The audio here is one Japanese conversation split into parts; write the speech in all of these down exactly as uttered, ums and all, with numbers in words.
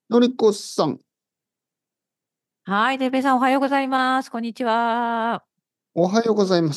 のりこさん、 はい、てっぺいさんおはようございます。こんにちは。 おはようございます。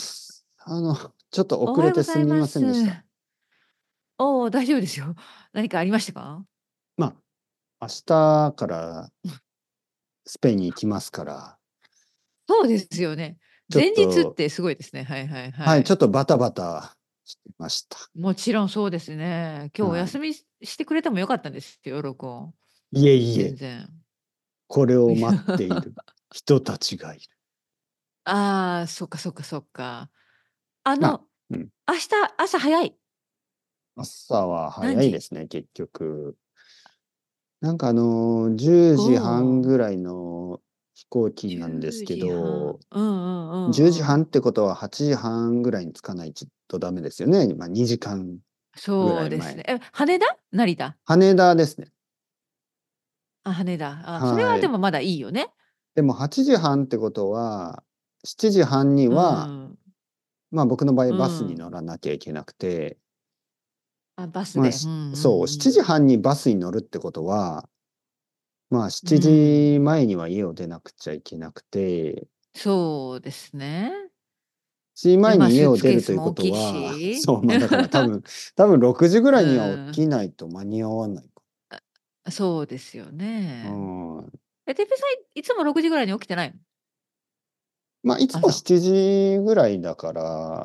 あの、ちょっとおはようご遅れてすみませざいます。 んでした。 おお、大丈夫ですよ。何かありましたか？ まあ、明日からスペインに行きますから、 そうですよね。 ちょっ前日っと、 てすごいですね。はいはいはい、ちょはい。 っとバタバタしてました。 もちろんそうですね。今日おはい。 休みししてくれてもよかったんですよ、録音。 いえいえ、 全然。 これをいや、 待っている人たちがいる。 ああ、そっかそっかそっか。あまあ、 の、 うん、 明日朝早い。 朝は何時？ 早いですね、結局。なんかあの、10 お時半お、 ぐらいの飛行機なんです 10 け時半。 ど、 うんうんう 10時んうん。 半ってことははちじはんぐらいに着かないとダメですよね。まあ、にじかんぐらい前。 そうですね。え、羽田？成田？ 羽田ですね。 あ、羽田。あ、それははい。 でもまだいいよね。 でもはちじはんってことは、しちじはんにうは、 ん。 まあ僕の場合うバスにん。 乗らなきゃいけなくて、 あ、バスで。うんまあしそう、7 うん時半にバスに乗るってことは、まあうん。うしちじん。 まえには家を出なくちゃいけなくて、 そうですね。 しちじまで、 えまあ、 に家を出スーツケーるというこスも大きいとは、 し。 そう、まあだから多分、多分ろくじぐらういには起きん。 ないと間に合わないか。 そうですようね。 ん。 え、てっぺいさん、いつもろくじぐらいに起きてないの？ まあ、いつも朝。 しちじぐらいだから、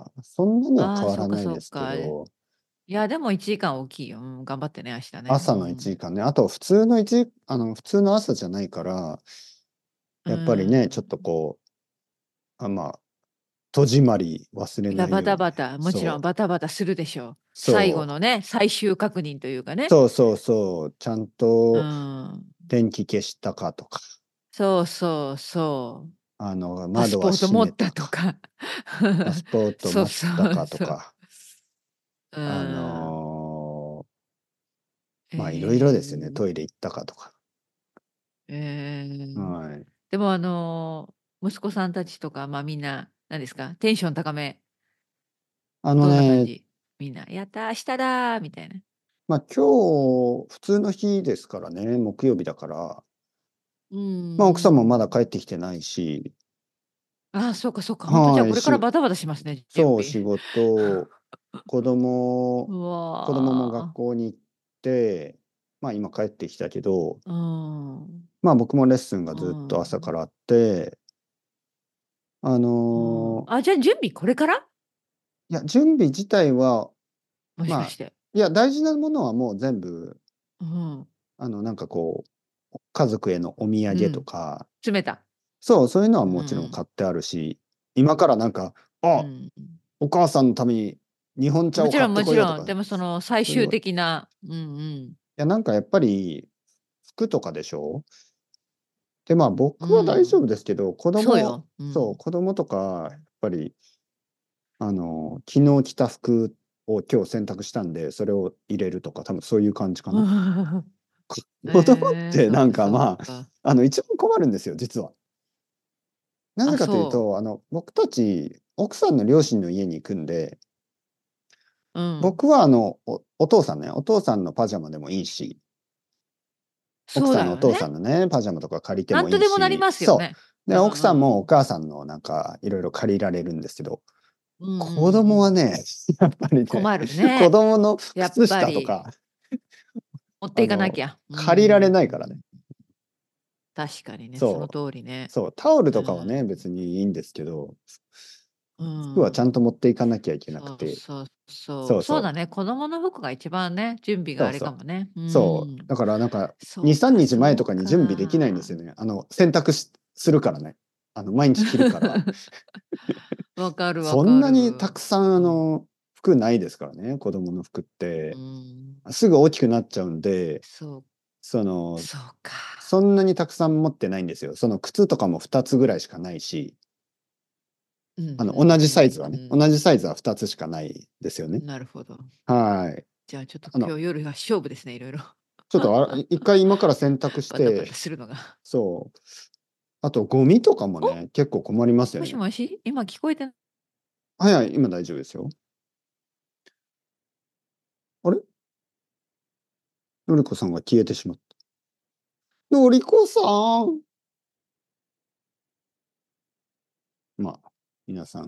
そんなにはああ、 変わそうからないですけそうか。いど、 や、でもいちじかん大きいよ。うん、頑張ってね、明日ね。う朝の1 ん。 時間ね、あと普通の一あの、普通の朝じゃないから、 うやっぱりね、ちょっん。 とこう、あ、まあ、戸締まり忘れいや、バないようにね。 タバタ、もちろんそう、 バタバタするでしょう。最後そう、 のね、最終確認というかね。 そうそうそう、ちゃんうとん。 電気消したかとか、 そうそうそう。 あの、 パス窓は閉ポート持っめたか、 たとか。 パスポートそう持ったそうそう。 かとか、 うあん。 のーえまあ、いろいろですよね、トイえ。 レ行ったかとか。 ええ。 はい。 でもあの、息子さんたちとか、ま、みんな、何ですか、テンション高め、 あのどんな感ね、 じ？みんな、やった、明日だみたいな。 まあ、今日、普通の日ですからね、木曜日だから、 うんまあ、奥さんもうん。 まだ帰ってきてないし、 ああ、そうかそうか。ほんとじゃあはい、 これからし、 バタバタしますね、準そう、 備。 仕事、子供、 う子供も学わ。 校に行って、まあ、今帰ってきたけど、 うん。 まあ、僕もレッスンがうずっと朝かん。 らあって、あうん。 のーあ、じゃあ準備これから？ いや、準備自体は、まあ、 もしかして。 いや、大事なものはもう全部、 うん。 あの、なんかこう、家族へのお土産とうん。 か、 詰めた。 そう、そういうのはうもちろん買ん。 ってあるし、今からなんか、あ、 うん。 お母さんのために日本茶もちろんを買ってもちろん。 こようとか、 でもその最終そういう、い的な、うんうん。 や、なんかやっぱり服とかでしょ。で、まあう僕は大丈夫ん。 ですけど、子供、 そうよ。うそう、 ん。 子供とか、やっぱり、あの、昨日着た服を今日洗濯したんで、それを入れるとか、多分そういう感じかな。子供っええ、 てなんそっかそっかまあ、 か。 あの、一番困るんですよ、実は。なぜあ、 かというそと、あの、僕たち、奥さんの両親の家に行くんで、 う。うん。 僕はあの、お、お父さんね、お父さんのパジャマでもいいし、奥さんのおそうだよね。 父さんのね、パジャマとか借りてもなんとでもなりいいし、そますよね。 う。で、 うん奥さんもおうん。 母さんのなんかいろいろ借りられるんですけど、 うんうん子うん。 供はね、やっぱりね、 困る子ね。 供のやっ靴ぱり、 下とか、 持っていかなあの、 きゃ。う借りられん。 ないからね。 確かにね、そのそう。 通りね。 そう。タオルうとかはね、 ん。 別にいいんですけど、 う服はちゃんとん。 持っていかなきゃいけなくそうて、 そうそう。 そうそう。 そうだね、子供の服が一番ね、準備があれそうそう。 かもね。うそう。 ん。 だからなんか、に、 そう 3 か日前とそうかに準備できないんですか。 よね。あの、洗濯しするからね。あの、毎日着るから。 わかるわそんかなにたる。 くさん、あうん。 の、服ないですからね、子供の服っうて。 ん。 すぐ大きくなっちゃうんで、 そう、 その、 そうか。 そんなにたくさん持ってないんですよ。その靴とかもふたつぐらいしかないし、 うん、 あの、 うん、 同じうん、 サイズはね、同うん。 じサイズはふたつしかないですよね。 なるほど。 はい。 じゃあちょっとあの、 今日夜が勝負ですね、いろいろ。 ちょっとあ、一回今から洗濯しバタバタて、 するのが。 そう。あと、ゴミとかもお、 ね、結構困りますよもしね。 もし今聞こえて、 はいはい、今大丈夫ですよ。あれのりこさんが消えてしまった。 のりこさん。まあ、皆さん。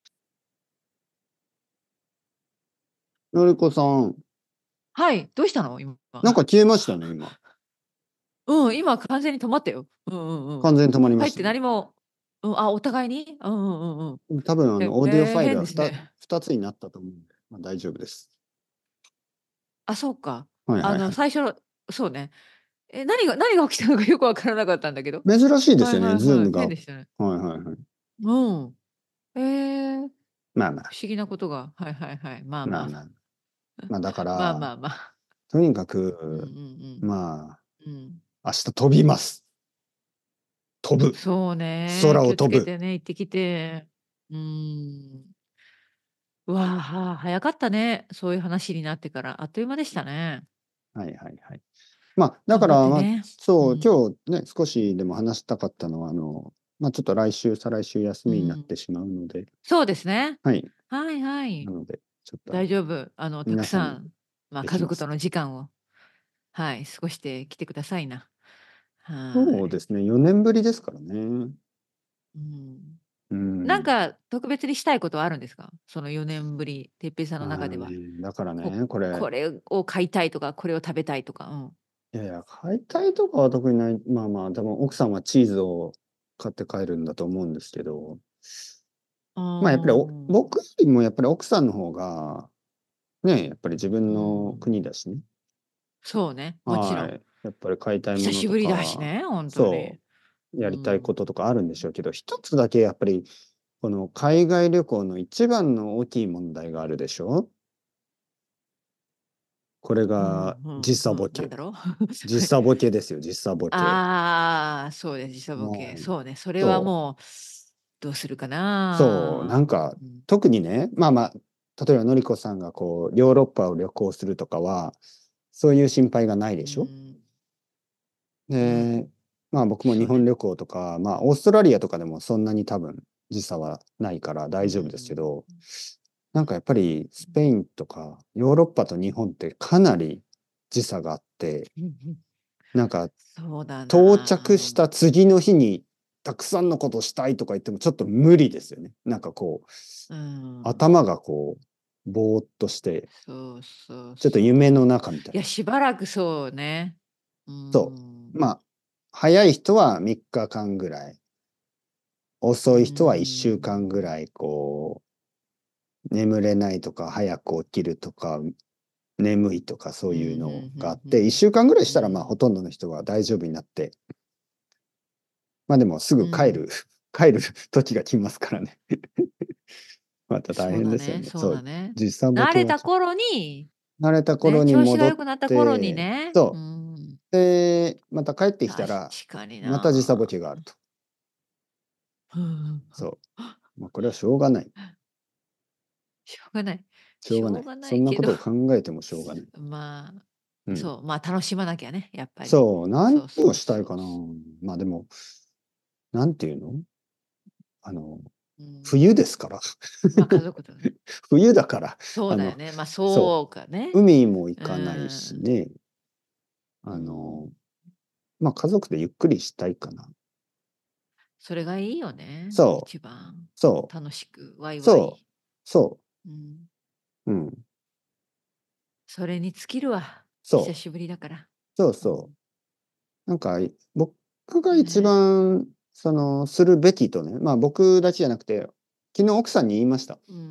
のりこさん。 はい、どうしたの？今。 なんか消えましたね、今。 うん、今完全に止まったよ。うんうんうん。 完全に止まりま入ってしたね。 何もうん、あ、お互いに？うんうんうんうん。 多分あの、 へオーディオフえ、 ァイルはふた変ですね。 ふたつになったと思うんで、ま、大丈夫です。 あ、そうか。あの、 はいはいはい。 最初そうね。え、何が何が起きたのかよくわからなかったんだけど。 珍しいではいすよね、 はいはい、 ズームが。 変でしたね。 はいはいはい。 うん。へえ、 まあまあ。 不思議なことが、はいはいはい。まあまあ。 まあまあ。ま、だかまあら、 まあまあ。 とにかうんうんうく、 ん。 まうん。 あ、明日飛びます。飛ぶ。 そうね、気をつ空を飛ぶ。 けてね、行ってきて。うーん。うわ、はあ、早かったね、そういう話になってから、あっという間でしたね。 はいはいはい。ま、だ頑張っから、ま、 てね。うそう、 ん。 今日ね、少しでも話したかったのは、あの、ま、ちょっと来週、再来週休みになっうん。 てしまうのでそうですね。 はい。 はいはい。 なので、ちょっとあの大丈夫。あの、たく皆さんにさん、ま、 できます。 家族との時間を、はい、過ごしてきてくださいな。はい。 そうですね、よねんぶりですからね。 うん。 うーん。 なんか特別にしたいことはあるんですか？そのよねんぶり、哲平さんのああ、 中では。 ね、だからこね、これこれを買いたいとか、これを食べたいとか、うん。 いやいや、買いたいとかは特にない。まあまあ、でも奥さんはチーズを買って帰るんだと思うんですけど。 あまあ、やっぱり、おあ。 僕よりもやっぱり奥さんの方が、ね、やっぱり自分うのん。 国だしね。 そうね、もちろん。 はい。やっぱり買いたいものと久しぶりだしか、 ね、ほんとに。 そう、やりたいこうん。 ととかあるんでしょうけど、一つだけやっぱり、この海外旅行の一番の大きい問題があるでしょ？これうんが時うんうん、なん差ボケ。 だろう？ 時はい。 差ボケですよ、時差ボケ。 ああ、そうです、時差ボケ。 もう、 そうね、それはそう。 もう、どうするかそう、なんな。 か、 うん。 特にね、まあまあ、例えばのりこさんがこう、ヨーロッパを旅行するとかは、そういう心配がないうでしょ？ ん。うん。 で、まあ、僕も日そうね。 本旅行とか、まあ、オーストラリアとかでもそんなに多分時差はないからうん大丈夫ですけうんど、なんかやっぱりスうん。 ペインとかヨーロッパと日本ってかなり時差があってうんうん。 なんか、 そうだ到な、うん。 着した次の日にたくさんのことしたいとか言ってもちょっと無理ですよね。なんかこう、 うん。 頭がこう、ぼーっとしてそうそうちょっと夢のそう。 中みたいな。 いや、しばらくそうね。うーそう。 ん。 まあ、早い人はみっかかんぐらい。 うー遅い人はいっしゅうかんぐん。 らい、こう、眠れないとか、早く起きるとか、眠いとかそううん、 いうふのんふんがあって、 ふん。 いっしゅうかんぐらいしたら、まあ、ほうん。 とんどの人は大丈夫になって。ま、でもすうん。 ぐ帰る帰る時が来ますからね。また大そうだね、 変ですよね。そう、 そうだね。 時差ボ慣れケはちょた頃に、 慣れたね、 頃に調子が戻っ良くなった頃にてね。うーそう。 ん。 で、また帰ってきた確ら、 かにまた時差ボな。 ケがあると。 ふん、ふん。 そう。ま、これはしょうがない。 しょうがない。 しょうがない。 しょうがなそんないけど、 ことを考えてもしょうがない。 まあ、 うん。 そう、ま、楽しまなきゃね、やっぱり。 そう、何そうをそうそう。 したいかな。ま、でも、なんていうの？あの、 うん。 冬ですから。 ま、家族とね。 冬だから、あの、 そうだよね、ま、 そそうかね。 う、海も行うかないしーん。 ね。 うあの、 ん。 ま、家族でゆっくりしたいかな。 それがいいよね、 そう。 一番。 そう。 楽しくワイワそう。 イ。 そうん。 う。うん。 それに尽きるわ、久そう。 しぶりだから。 そうそうん。 う。なんか、い僕が一ね。 番その、するべきとね、まあ、僕だけじゃなくて、昨日奥さんに言いました。 うん。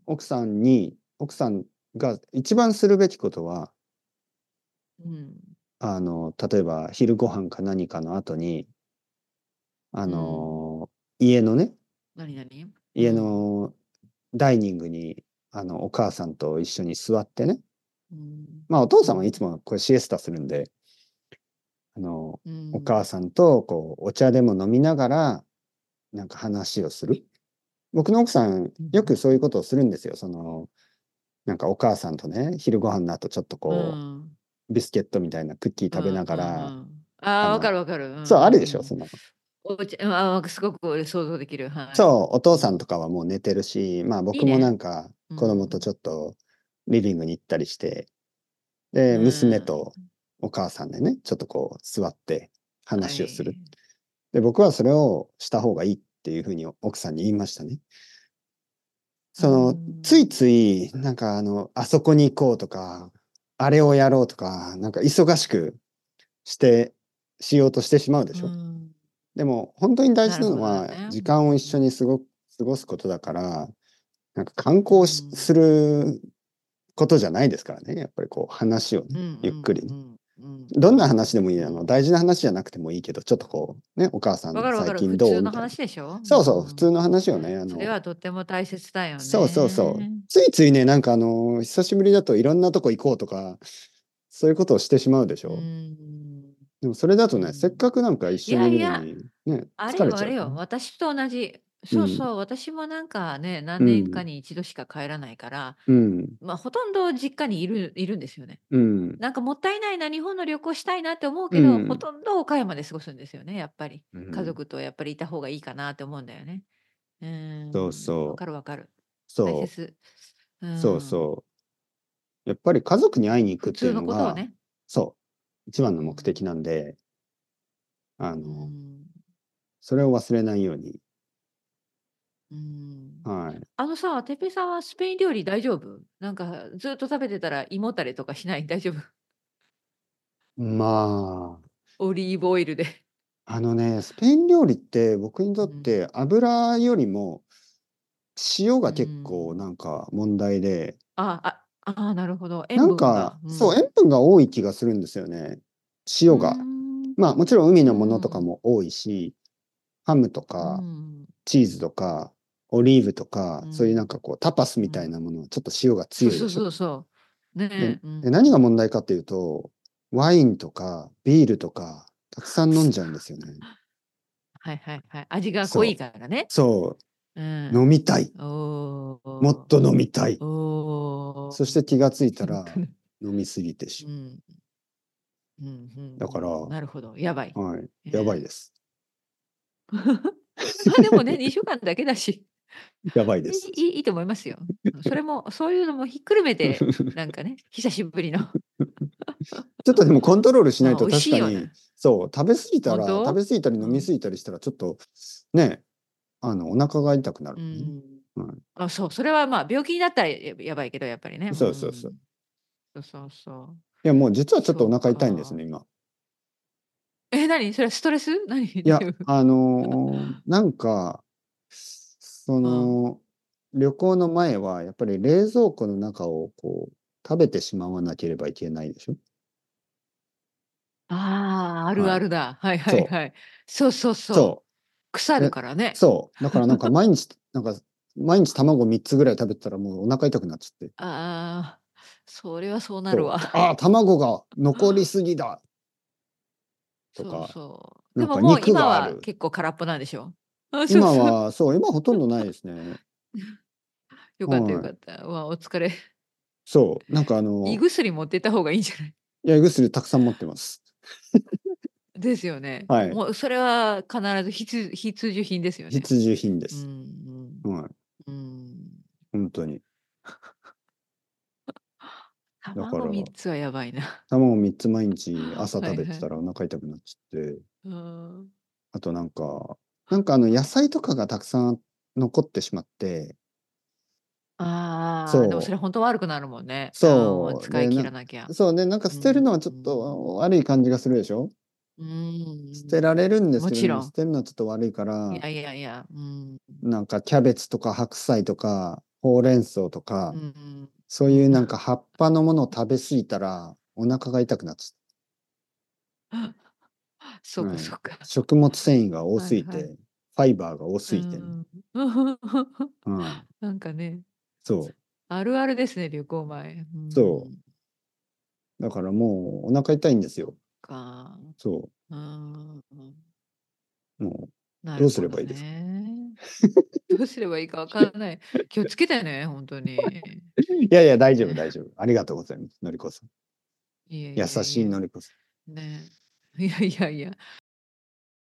奥さんに奥さんが一番するべきことはうん。 あの、例えば昼ご飯か何かの後にあうん。 の、家のね何々？う家ん。 のダイニングに、あの、お母さんと一緒に座ってね。 うん。 まあ、お父うん。 さんはいつもこれシエスタするんであの、 うん。 お母さんとこうお茶でも飲みながら、なんか話をする。僕の奥さん、 うん。 よくそういうことをするんですよ。その、なんかお母さんとね、昼ご飯の後ちょっとうこん。 う、ビスケットみたいなクッキー食べなうん、ふんふがら、 ん。ああ、分あのかる分かる。うんうそう、あるでしょ、 んうん。 そんなの。 おうちああ、すごく想像できる、はい。 そう、お父さんとうん。 かはもう寝てるし、まあ、僕もないいね。 んかう子供とん。 ちょっとリビングに行ったりして、 うで、娘ん。 とお母さんでね、ちょっとこう座っては話をする。 い。 で、僕はそれをした方がいいっていうふうに奥さんに言いましたね。 うーその、ついん。 つい、なんかあの、あそこに行こうとか、あれをやろうとか、なんか忙しくして、しようとしてしまうでうーしょ。 ん。 でも、本当に大なる事なのは、 ほどね。 時うん。 間を一緒に過ご過ごすことだから、なんか観う光しすん。 ることじゃないですからね。やっぱりこう話をね、 うんうゆっくりね。 んうん。うんどんなうん話でもいい。あの、 うん。 大事な話じゃなくてもいいけど、ちょっとこう、ね、お母さんわかるわかる。 最近普通のどうみたいな。 話でしょ？うそうそう、普通ん。 の話をね、あの、 それはとっても大切だよそうそうそう。 ね。 ついついね、なんかあの、久しぶりだといろんなとこ行こうとか、そういうことをしてしまうでしうょ。 ん。 でもそれだとね、せっうん。 かくなんか一い緒にいるのやいや、 に、ね、 あれ疲れよあれよ、 ちゃうからね。 私と同じ。 うん、 そうそう、私もなんかね、何年かうん、 に一度しか帰らないから、 うん、 ま、ほとんど実家にいるいるんですよね。 うん、 なんかもったいないな、日本の旅行したいなって思うけど、ほうん、 とんど岡山で過ごすんですよね、やっぱり。家うん。 族とやっぱりいた方がいいかなって思うんだよね。うーそうん、わそう、 かるわかる。大そう、 切。うそうん。 そう。やっぱり家族に会いに行くっていう普通ののが、 ことをね。 そう、一番のうん。 目的なんで、あうの、 ん。 それを忘れないように。 うん。 はい。 あのさ、てっぺいさんはスペイン料理大丈夫？なんかずっと食べてたら胃もたれとかしない？大丈夫？ まあ、 オリーブオイルで。 あのね、スペイン料理って僕にとうん。 って油よりも塩うが結構ん。 なんか問題で、 ああ、ああ、なるほど。塩なんか、 分が。うそう、 ん。 塩分が多い気がするんですよね。 うー塩が。 ん。 まあもちろん海うのものとかん。 も多いし、ハムとうかん。 チーズとかオリーブとか、そういうなうん。 んかこうタパスみたいうん。 なものはちょっと塩がそうそう強いでしょ。 そうそう。ねで、 え、うで何がん。 問題かっていうと、ワインとかビールとかたくさん飲んじゃうんですよね。 はいはいはい。味が濃いそう。 からね。 そうう。飲ん。 みたい。 おお。 もっと飲みたい。 おお。 そして気がついたらほんとね。 飲みすぎてしまうん。うん、うんうう。だから、 ん。なるほど、やばい。 はい。 ええ。 やばいです。 ま、でもね、にしゅうかんだけだし、 やばいでいす。 いいいいと思いますよ。それも、そういうのもひっくるめて、なんかね、久しぶりの。 ちょっとでもコントロールしないまあ、 と美味確かに、 しいよね。 そう、食べ過ぎたら、食ほんと？ べ過ぎたり飲み過うん。 ぎたりしたらちょっと、ね、あの、お腹が痛くなるうからね。 ん。 はい。 あ、そう、それは、まあ、病気になったらややばいけど、やっぱりね。うそうそうそう。 ん。そうそうそう。 いや、もう実はちょっとそうお腹痛いんですか。 ね、今。 え、何？それはストレス？何？ いや、 大丈夫？ あの、なんか、そうん。 の、旅行の前はやっぱり冷蔵庫の中をこう、食べてしまわなければいけないでしょ。 ああ、あるはい。 あるだ。はいはいそう。 はい。そうそうそう。 そ腐う。で、 るからね。 そう。だからなんか毎日、なんか、毎日卵みっつぐらい食べてたらもうお腹痛くなっちゃって。 ああ、それはそうなるそう。 わ。 たああ、卵が残りすぎだとそうか、 そう。でももうなんか肉今はがある。 結構空っぽなんでしょ？あ、そうそう。 今は、そう、今ほとんどないですね。 よかったよはい。 かった。わ、お疲れ。 そう。なんかあ胃の、 薬持ってった方がいいんじゃない？ いや、胃薬たくさん持ってます。 ですよね。 はい。 もうそれは必ず必必需品ですよね。 必需品でうんす。 うんはい。 うん。 本当に。だか卵ら、 みっつはやばいな。 卵みっつ毎日朝食べてはいはい。 たらお腹痛くなっちゃって、 うん。 あとなんか、なんかあの野菜とかがたくさん残ってしまって、 ああ、でもそそう、 れほんと悪くなるもんね。ああ、 そう、 使いで、な切らなきゃ。 そうね、なんか捨てるうん、 のはちょっうん。 と悪い感じがするでしょ。 う捨てーん。 られるんですけど、でも捨もちろん。 てるのはちょっと悪いから、 いやいやいや、うん。 なんかキャベツとか白菜とかほうれん草とか、 うん、 そううん。 いうなんか葉っぱのものを食べ過ぎたらお腹が痛くなっちゃう。 そうかはい。 そうか。 食物繊維が多はいはい。 すぎて、ファイバーが多すぎてね。 うん。 はい。 なんかね、 そう。 あるあるですね、旅行前。うそん。 う。だからもうお腹痛いんですそっよ。 か。 そうん。 う。もう、どうすなるほどればいいですか。 ね。どうすればいいかわからない。気をつけてね、ほんとに。 いやいや、大丈夫、 ね。 大丈夫。ありがとうございます。のりこさん。 いえ優いえいえ。 しいのりこさん。 ね。いやいやいや。